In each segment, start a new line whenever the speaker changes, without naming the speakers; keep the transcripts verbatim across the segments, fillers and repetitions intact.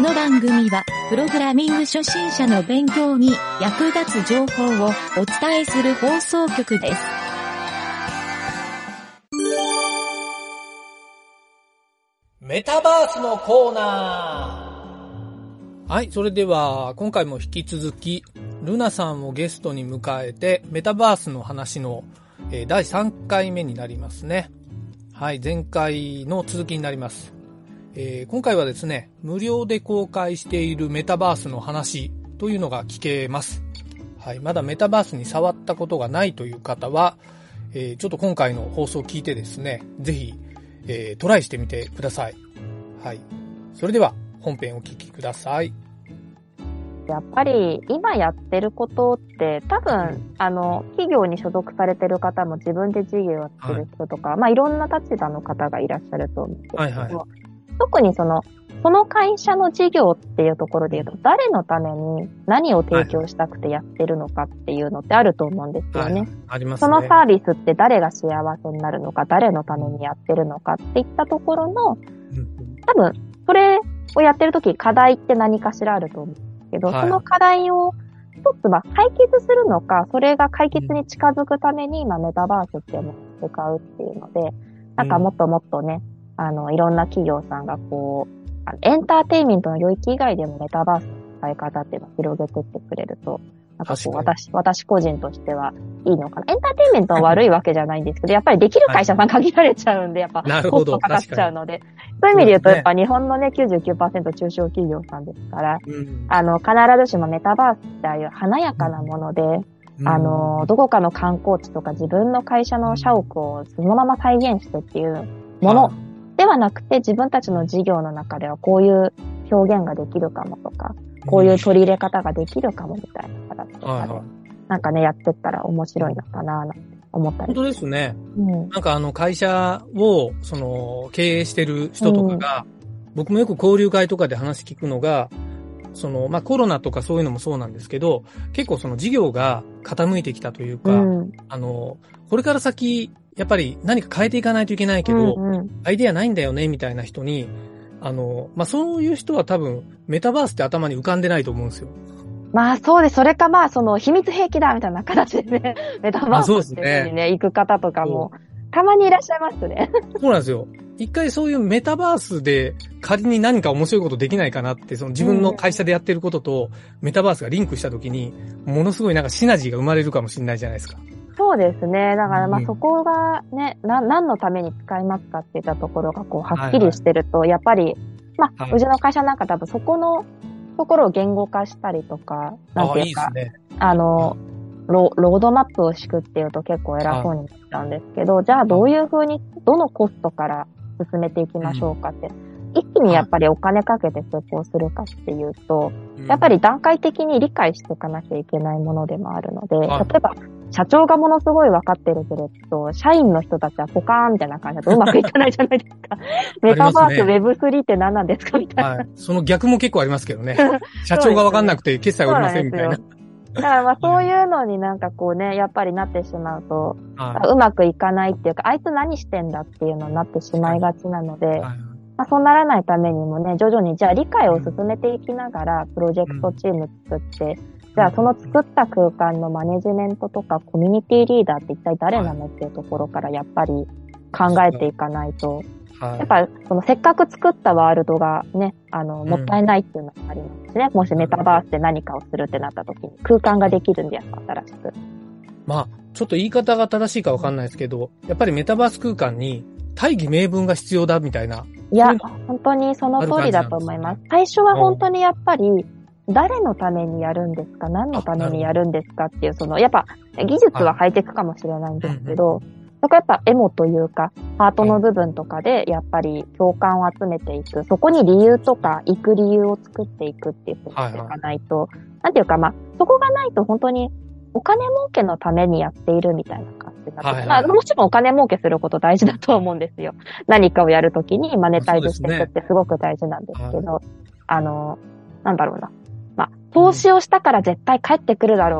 の番組は、プログラミング初心者の勉強に役立つ情報をお伝えする放送局です。
メタバースのコーナー。はい、それでは今回も引き続きルナさんをゲストに迎えてメタバースの話の、えー、だいさんかいめになりますね。はい、前回の続きになります。えー、今回はですね、無料で公開しているメタバースの話というのが聞けます。はい、まだメタバースに触ったことがないという方は、えー、ちょっと今回の放送を聞いてですね、ぜひ、えー、トライしてみてください。はい。それでは本編お聞きください。
やっぱり今やってることって多分あの企業に所属されてる方も自分で事業をやってる人とか、はい、まあいろんな立場の方がいらっしゃると思うんですけど、はいはい、特にそのその会社の事業っていうところで言うと誰のために何を提供したくてやってるのかっていうのってあると思うんですよね。はい、
ありますね。
そのサービスって誰が幸せになるのか、誰のためにやってるのかっていったところの、多分それをやってるとき課題って何かしらあると思うんですけど、はい、その課題を一つは解決するのか、それが解決に近づくために今メタバースっていうのを使うっていうので、なんかもっともっとね、あの、いろんな企業さんがこう、エンターテインメントの領域以外でもメタバースの使い方っていうのを広げていってくれると、なんかこう、私、私個人としてはいいのかな。エンターテインメントは悪いわけじゃないんですけど、やっぱりできる会社さん限られちゃうんで、やっぱ、コストかかっちゃうので、そういう意味で言うと、やっぱ日本のね、きゅうじゅうきゅうパーセント 中小企業さんですから、うん、あの、必ずしもメタバースってああいう華やかなもので、うん、あの、どこかの観光地とか自分の会社の社屋をそのまま再現してっていうものではなくて、自分たちの事業の中ではこういう表現ができるかもとか、こういう取り入れ方ができるかもみたいな形とかで、はいはい、なんかね、やってったら面白いのかな、なんて思ったり。
本当ですね。うん、なんかあの会社を、その、経営してる人とかが、うん、僕もよく交流会とかで話聞くのが、その、まあ、コロナとかそういうのもそうなんですけど、結構その事業が傾いてきたというか、うん、あの、これから先、やっぱり何か変えていかないといけないけど、うんうん、アイデアないんだよね、みたいな人に、あの、まあ、そういう人は多分、メタバースって頭に浮かんでないと思うんですよ。
まあそうです。それかまあその秘密兵器だみたいな形でね、メタバースっていう風にね、行く方とかも、たまにいらっしゃいますね。
そうなんですよ。一回そういうメタバースで仮に何か面白いことできないかなって、その自分の会社でやってることとメタバースがリンクしたときに、ものすごいなんかシナジーが生まれるかもしれないじゃないですか。
そうですね。だからまあそこがね、うん、な、何のために使いますかっていったところがこうはっきりしてると、はいはい、やっぱり、まあ、はい、うちの会社なんか多分そこのところを言語化したりとか、なんていうか、あ、いいですね、あの、ロ、ロードマップを敷くっていうと結構偉そうになっちゃうんですけど、じゃあどういう風に、どのコストから進めていきましょうかって、うん、一気にやっぱりお金かけて成功するかっていうと、うん、やっぱり段階的に理解していかなきゃいけないものでもあるので、例えば、社長がものすごい分かってるけれど、社員の人たちはポカーンみたいな感じだとうまくいかないじゃないですか。メタバース ウェブスリー って何なんですかみたいな、はい。
その逆も結構ありますけどね。社長が分かんなくて決済おりませんみたいな。
だからまあそういうのになんかこうね、やっぱりなってしまうと、はい、うまくいかないっていうか、あいつ何してんだっていうのになってしまいがちなので、はい、まあそうならないためにもね、徐々にじゃあ理解を進めていきながら、プロジェクトチーム作って、うん、じゃあその作った空間のマネジメントとかコミュニティリーダーって一体誰なのっていうところからやっぱり考えていかないと、はい、やっぱそのせっかく作ったワールドがね、あの、もったいないっていうのがありますしね、うん、もしメタバースで何かをするってなった時に空間ができるんでやっぱ新しく。
まあ、ちょっと言い方が正しいかわかんないですけど、やっぱりメタバース空間に大義名分が必要だみたいな。
いや、本当にその通りだと思います。最初は本当にやっぱり、誰のためにやるんですか、何のためにやるんですかっていう、その、やっぱ、技術はハイテクかもしれないんですけど、そこやっぱエモというか、ハートの部分とかで、やっぱり共感を集めていく、そこに理由とか、行く理由を作っていくっていうふうにしていかないと、はいはい、なんていうかまあ、そこがないと本当に、お金儲けのためにやっているみたいな感じになって、はいはい、まあ、もちろんお金儲けすること大事だと思うんですよ。何かをやるときにマネタイズしていくってすごく大事なんですけど、あの、なんだろうな。まあ、投資をしたから絶対返ってくるだろう。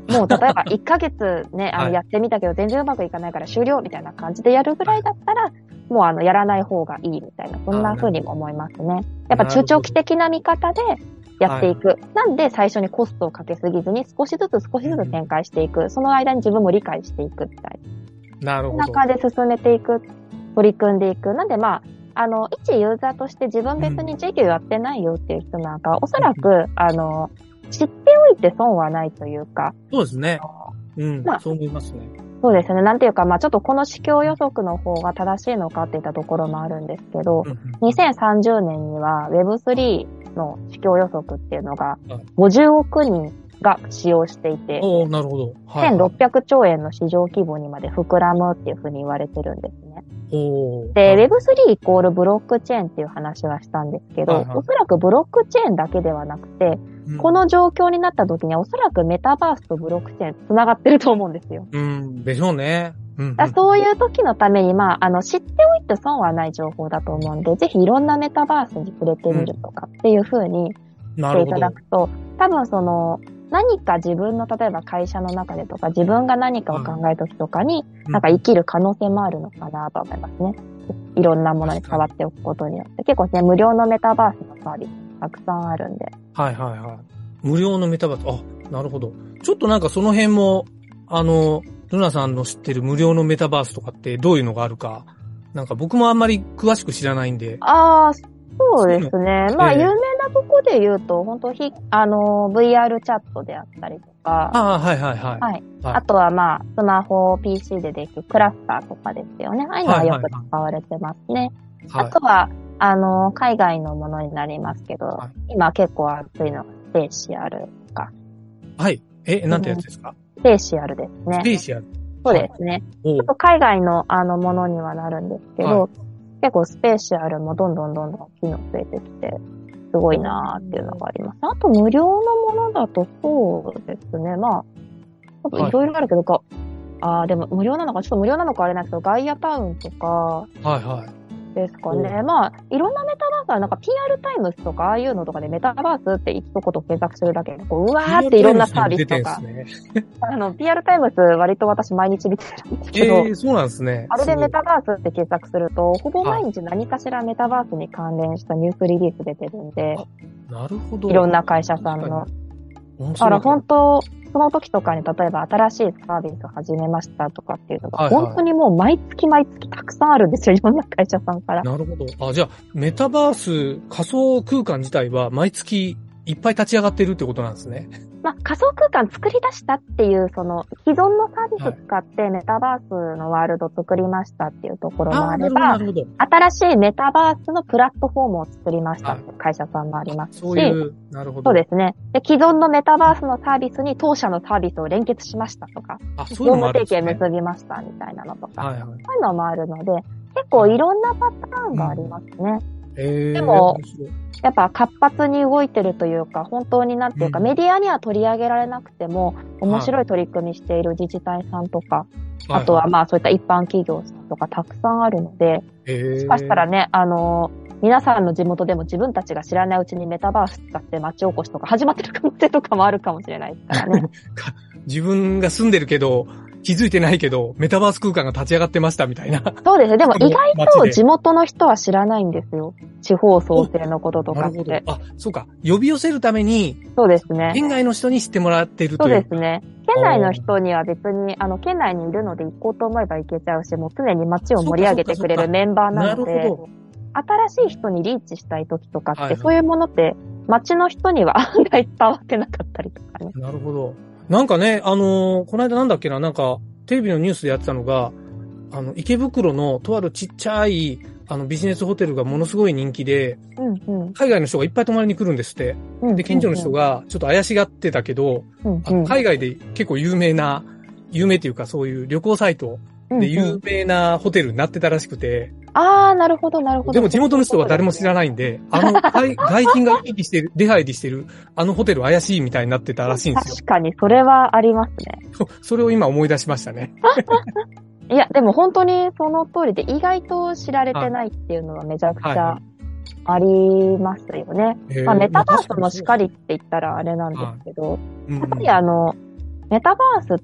もう例えばいっかげつね、あの、やってみたけど全然うまくいかないから終了みたいな感じでやるぐらいだったら、もうあの、やらない方がいいみたいな、そんな風にも思いますね。やっぱ中長期的な見方でやっていく。なんで最初にコストをかけすぎずに少しずつ少しずつ展開していく。その間に自分も理解していくみたいな。
なるほど。
そんな感じで進めていく。取り組んでいく。なんでまあ、あの、一ユーザーとして自分別に事業やってないよっていう人なんかは、おそらく、あの、知っておいて損はないというか。
そうですね。うん、
まあ、
そう思いますね。
そうですね。なんていうか、まあちょっとこの市況予測の方が正しいのかっていったところもあるんですけど、うんうん、にせんさんじゅうねんには ウェブスリー の市況予測っていうのがごじゅうおくにんが使用していて、
おー、なるほど。
はいはい、せんろっぴゃくちょうえんの市場規模にまで膨らむっていうふうに言われてるんですね。
おー、
で、ウェブスリー イコールブロックチェーンっていう話はしたんですけど、はいはい、おそらくブロックチェーンだけではなくて、うん、この状況になった時にはおそらくメタバースとブロックチェーン繋がってると思うんですよ。
うん、でしょうね。うんうん、
だそういう時のために、まあ、あの、知っておいて損はない情報だと思うんで、ぜひいろんなメタバースに触れてみるとかっていう風にしていただくと、多分その、何か自分の例えば会社の中でとか自分が何かを考える時とかに、うん、なんか生きる可能性もあるのかなと思いますね。いろんなものに触っておくことによって。結構ね、無料のメタバースのサービスたくさんあるんで。
はいはいはい。無料のメタバース。あ、なるほど。ちょっとなんかその辺も、あの、ルナさんの知ってる無料のメタバースとかってどういうのがあるか、なんか僕もあんまり詳しく知らないんで。
ああ、そうですね。まあ、有名なとこで言うと、本当ひ、あの、ブイアール チャットであったりとか。
ああ、はいはいはい。
はい。あとはまあ、スマホ、ピーシー でできるクラスターとかですよね。ああいうのはよく使われてますね。はいはいはい、あとは、あの、海外のものになりますけど、はい、今結構熱いのがスペーシアルとか。
はい。え、なんてやつですか？
スペーシアルですね。
スペーシアル。
そうですね。はい、ちょっと海外のあのものにはなるんですけど、はい、結構スペーシアルもどんどんどんどん機能増えてきて、すごいなーっていうのがあります。あと無料のものだとそうですね。まあ、いろいろあるけどか、はい、ああ、でも無料なのか、ちょっと無料なのかあれなんですけど、ガイアタウンとか、
はいはい。
ですかね。まあ、いろんなメタバースは、なんか ピーアール タイムスとか、ああいうのとかでメタバースって一言検索するだけで、こう、うわーっていろんなサービスとか。ね、あの、ピーアール タイムス割と私毎日見てるんですけど。
えー、そうなんですね。
あれでメタバースって検索すると、ほぼ毎日何かしらメタバースに関連したニュースリリース出てるんで。
なるほど。
いろんな会社さんの。だから本当、その時とかに例えば新しいサービスを始めましたとかっていうのが、本当にもう毎月毎月たくさんあるんですよ、いろんな会社さんから。
なるほど。あ、じゃあ、メタバース仮想空間自体は毎月いっぱい立ち上がってるってことなんですね。
まあ、仮想空間作り出したっていう、その、既存のサービス使ってメタバースのワールド作りましたっていうところもあれば、新しいメタバースのプラットフォームを作りましたっていう会社さんもありますし、
そういう、なるほど。
そうですね。で、既存のメタバースのサービスに当社のサービスを連結しましたとか、
あ、そういうのもあるんですね。
業務提携結びましたみたいなのとか、
はいはい、
そういうのもあるので、結構いろんなパターンがありますね。うん
えー、
でも、やっぱ活発に動いてるというか、本当になんていうか、うん、メディアには取り上げられなくても、面白い取り組みしている自治体さんとか、はい、あとはまあそういった一般企業さんとかたくさんあるので、
えー、
もしかしたらね、あの、皆さんの地元でも自分たちが知らないうちにメタバース使って町おこしとか始まってる可能性とかもあるかもしれないですからね。
自分が住んでるけど、気づいてないけど、メタバース空間が立ち上がってましたみたいな。
そうですね。でも意外と地元の人は知らないんですよ。地方創生のこととかって。なるほど。
あ、そうか。呼び寄せるために、
そうですね。
県外の人に知ってもらってるという。
そうですね。県内の人には別に、あの、県内にいるので行こうと思えば行けちゃうし、もう常に街を盛り上げてくれるメンバーなので、なるほど。新しい人にリーチしたい時とかって、はいはい、そういうものって街の人には案外伝わってなかったりとかね。
なるほど。なんかね、あのー、この間なんだっけな、なんか、テレビのニュースでやってたのが、あの、池袋のとあるちっちゃい、あの、ビジネスホテルがものすごい人気で、
うんうん、
海外の人がいっぱい泊まりに来るんですって。うんうんうん、で、近所の人がちょっと怪しがってたけど、うんうん、あの海外で結構有名な、有名っていうかそういう旅行サイトで有名なホテルになってたらしくて、
ああ、なるほど、なるほど。
でも地元の人は誰も知らないんで、あの、外人が行き来してる、出入りしてる、あのホテル怪しいみたいになってたらしいんですよ。
確かに、それはありますね。
それを今思い出しましたね。
いや、でも本当にその通りで、意外と知られてないっていうのはめちゃくちゃありますよね。はいはい、まあ、メタバースもしかりって言ったらあれなんですけど、まあ、やっぱりあの、 メタバースって、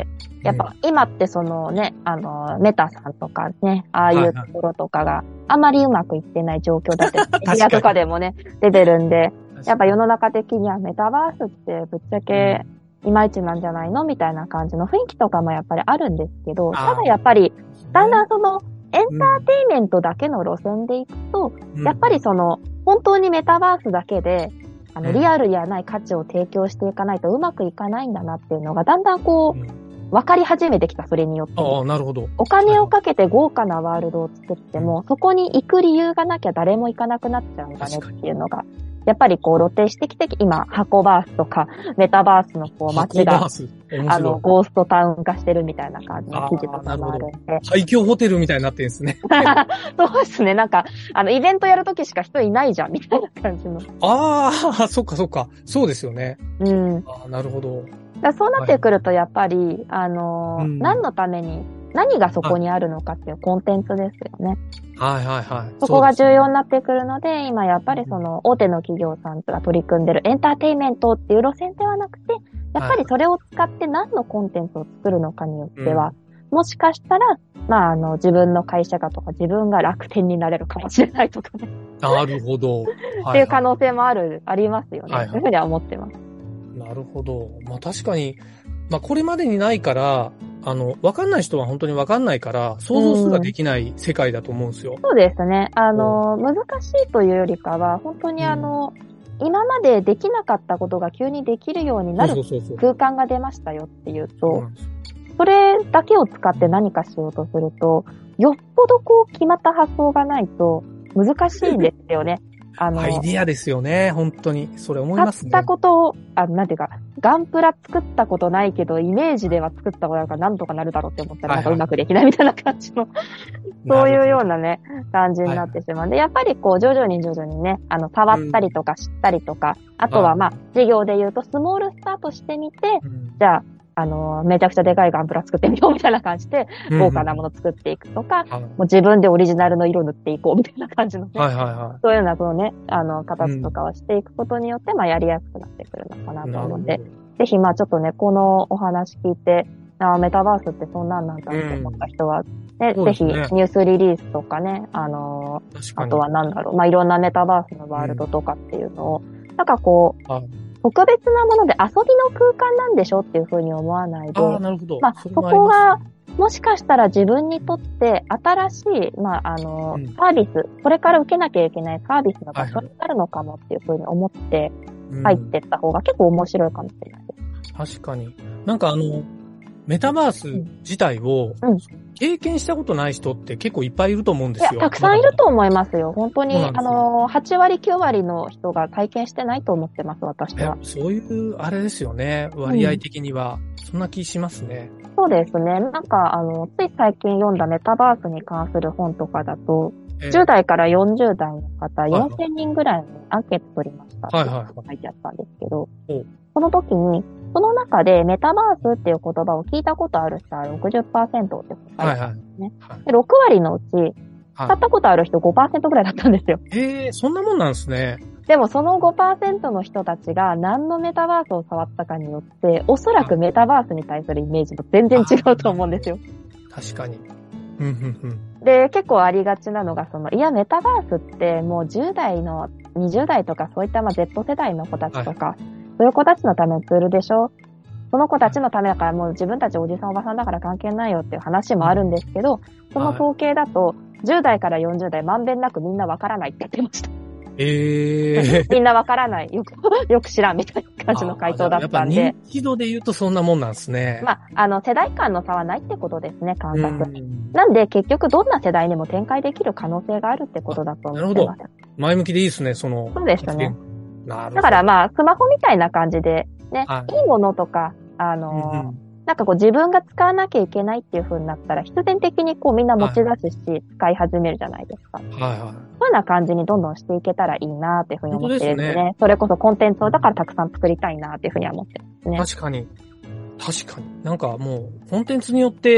やっぱ今ってそのね、あの、メタさんとかね、ああいうところとかがあまりうまくいってない状況だって、メディアとかでもね、出てるんで、やっぱ世の中的にはメタバースってぶっちゃけいまいちなんじゃないのみたいな感じの雰囲気とかもやっぱりあるんですけど、ただやっぱり、だんだんその、エンターテインメントだけの路線でいくと、うん、やっぱりその、本当にメタバースだけで、あの、リアルやない価値を提供していかないとうまくいかないんだなっていうのが、だんだんこう、うん分かり始めてきた、それによって。
ああ、なるほど。
お金をかけて豪華なワールドを作っても、そこに行く理由がなきゃ誰も行かなくなっちゃうんだねっていうのが、やっぱりこう露呈してきて、今、箱バースとか、メタバースのこう街が、あの、ゴーストタウン化してるみたいな感じの記事とかもあるんで。
最強ホテルみたいになってるんですね。
そうですね。なんか、あの、イベントやるときしか人いないじゃん、みたいな感じの。
ああ、そっかそっか。そうですよね。
うん。
ああ、なるほど。
だそうなってくると、やっぱり、はい、あの、うん、何のために、何がそこにあるのかっていうコンテンツですよね。
はいはいはい。
そこが重要になってくるので、今やっぱりその大手の企業さんが取り組んでるエンターテインメントっていう路線ではなくて、やっぱりそれを使って何のコンテンツを作るのかによっては、うん、もしかしたら、まああの自分の会社がとか自分が楽天になれるかもしれないとかね。
なるほど。
っていう可能性もある、ありますよね。はいはい、そういうふうには思ってます。
なるほど。まあ確かに、まあこれまでにないから、あの、わかんない人は本当にわかんないから、想像すらできない世界だと思うんですよ。
うん、そうですね。あの、難しいというよりかは、本当にあの、うん、今までできなかったことが急にできるようになる空間が出ましたよっていうと、それだけを使って何かしようとすると、よっぽどこう決まった発想がないと難しいんですよね。
あの、アイディアですよね、本当に。それ思いますね。
買ったことを、あ、なんていうか、ガンプラ作ったことないけど、イメージでは作ったことあるからなんとかなるだろうって思ったら、なんかうまくできないみたいな感じの、はいはい、そういうようなね、感じになってしまうんで、はい、やっぱりこう、徐々に徐々にね、あの、触ったりとか知ったりとか、うん、あとはまあ、事業で言うと、スモールスタートしてみて、うん、じゃあ、あの、めちゃくちゃでかいガンプラ作ってみようみたいな感じで、豪華なもの作っていくとか、うんうん、もう自分でオリジナルの色塗っていこうみたいな感じのね、はいはいはい、そういうようなそのね、あの、形とかをしていくことによって、うん、まあやりやすくなってくるのかなと思うので、ぜひまあちょっとね、このお話聞いて、あメタバースってそんなんなんだって思った人は、ね、うん、ぜひニュースリリースとかね、あのー、あとはなんだろう、まあいろんなメタバースのワールドとかっていうのを、うん、なんかこう、特別なもので遊びの空間なんでしょっていうふうに思わないで、
あなるほど
まあ、そこが、もしかしたら自分にとって新しい、まあ、あの、うん、サービス、これから受けなきゃいけないサービスの場所になるのかもっていうふうに思って入っていった方が結構面白いかもしれないです。
うん、確かに。なんかあの、メタバース自体を経験したことない人って結構いっぱいいると思うんですよ。
いや、たくさんいると思いますよ。本当に、あの、はちわりきゅうわりの人が体験してないと思ってます、私は。
そういう、あれですよね。割合的には。うん、そんな気しますね。
そうですね。なんか、あの、つい最近読んだメタバースに関する本とかだと、えー、じゅうだいからよんじゅうだいの方、よんせんにんぐらいにアンケート取りましたって書いてあったんですけど、その時に、その中でメタバースっていう言葉を聞いたことある人は ろくじゅっパーセント って答えたんですね。はいはい、でろくわりのうち、使ったことある人 ごパーセント ぐらいだったんですよ。
へえー、そんなもんなんですね。
でもその ごパーセント の人たちが何のメタバースを触ったかによって、おそらくメタバースに対するイメージも全然違うと思うんですよ。
確かに。
で、結構ありがちなのが、その、いや、メタバースってもうじゅうだいの、にじゅうだいとかそういったまあ Z 世代の子たちとか、はい、そういう子たちのためのツールでしょ。その子たちのためだからもう自分たちおじさんおばさんだから関係ないよっていう話もあるんですけど、その統計だとじゅうだいからよんじゅうだいまんべんなくみんなわからないって言ってました。
えー、
みんなわからない。よく、よく知らんみたいな感じの回答だったんで。やっぱ
認知度で言うとそんなもんなんですね。
まあ、あの、世代間の差はないってことですね、感覚。んなんで結局どんな世代にも展開できる可能性があるってことだと思います。なるほど。
前向きでいいですね、その。
そうですね。なるほど。だからまあ、スマホみたいな感じで、ね、はい、いいものとか、あの、うんうん、なんかこう自分が使わなきゃいけないっていう風になったら必然的にこうみんな持ち出すし、はい、使い始めるじゃないですか。はいはい。そういうような感じにどんどんしていけたらいいなっていう風に思ってるんですね。ねそれこそコンテンツをだからたくさん作りたいなっていう風には思ってますね。
確かに。確かに。なんかもうコンテンツによって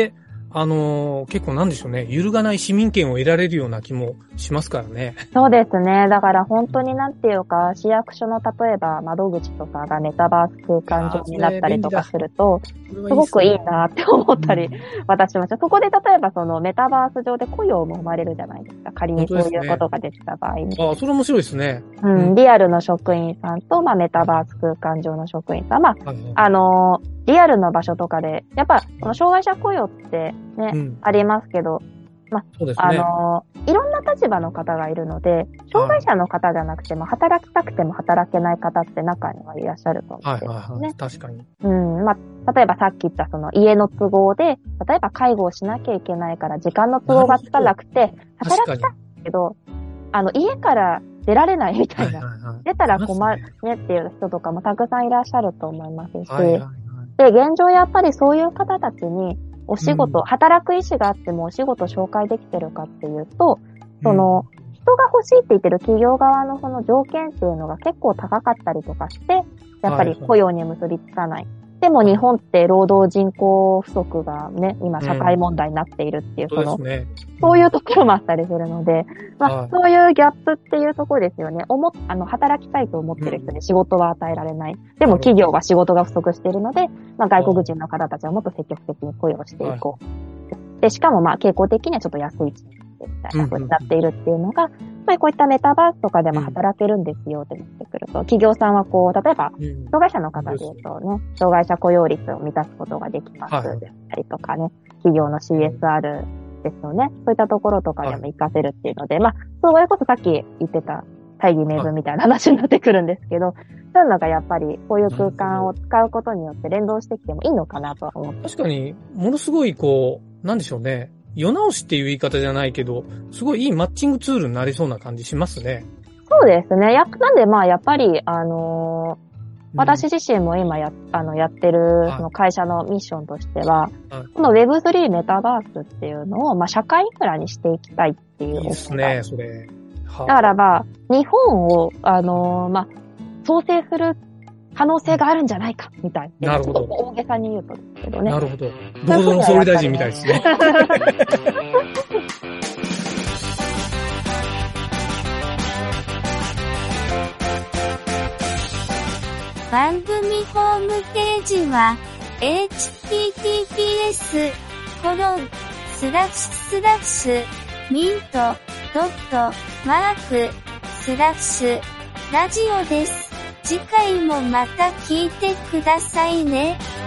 あのー、結構なんでしょうね、揺るがない市民権を得られるような気もしますからね。
そうですね。だから本当になんていうか、市役所の例えば窓口とかがメタバース空間上になったりとかすると、すごくいいなって思ったり、うん、私もそこで例えばそのメタバース上で雇用も生まれるじゃないですか。仮にそういうことができた場合に。
ね、ああ、それ面白いですね。
うん、リアルの職員さんと、まあメタバース空間上の職員さん。まあ、はいはい、あのー、リアルの場所とかで、やっぱ、この障害者雇用ってね、うん、ありますけど、ま、そうですね、あの、いろんな立場の方がいるので、障害者の方じゃなくても、働きたくても働けない方って中にはいらっしゃると思うんですね。はいはいはい、確かに。うん、まあ、例えばさっき言ったその家の都合で、例えば介護をしなきゃいけないから時間の都合がつかなくて、働きたいけど、あの、家から出られないみたいな、はいはいはい、出たら困るねっていう人とかもたくさんいらっしゃると思いますし、はいはいはい、で、現状やっぱりそういう方たちにお仕事、うん、働く意思があってもお仕事紹介できてるかっていうと、その、うん、人が欲しいって言ってる企業側のその条件っていうのが結構高かったりとかして、やっぱり雇用に結びつかない。はいはい、でも日本って労働人口不足がね、今社会問題になっているっていう、うん、その、そうですね、そういうところもあったりするので、まあ、そういうギャップっていうところですよね。思っ、あの、働きたいと思ってる人に仕事は与えられない。でも企業は仕事が不足しているので、まあ、外国人の方たちはもっと積極的に雇用していこう。はい、で、しかもまあ、傾向的にはちょっと安い賃金みたいな風になっているっていうのが、まあ、こういったメタバースとかでも働けるんですよってなってくると、企業さんはこう、例えば、障害者の方で言うとね、障害者雇用率を満たすことができますでったりとかね、企業の シーエスアール ですよね。そういったところとかでも活かせるっていうので、まあ、それこそさっき言ってた大義名分みたいな話になってくるんですけど、そういうのがやっぱりこういう空間を使うことによって連動してきてもいいのかなとは思ってます。
確かに、ものすごいこう、なんでしょうね。世直しっていう言い方じゃないけど、すごいいいマッチングツールになりそうな感じしますね。
そうですね。や、なんでまあやっぱり、あのーうん、私自身も今や、あの、やってる、その会社のミッションとしては、はい、この ウェブスリー メタバースっていうのを、まあ社会インフラにしていきたいっていう。いい
ですね、それ。
はあ、だからまあ、日本を、あのー、まあ、創生する可能性があるんじゃないか、みたいな。
なるほど。
大げさに言うとですけどね。
なるほど。どこぞの総理大臣みたいですね。
番組ホームページは エイチティーティーピーエスコロンスラッシュスラッシュミントドットマークスラッシュラジオです。次回もまた聞いてくださいね。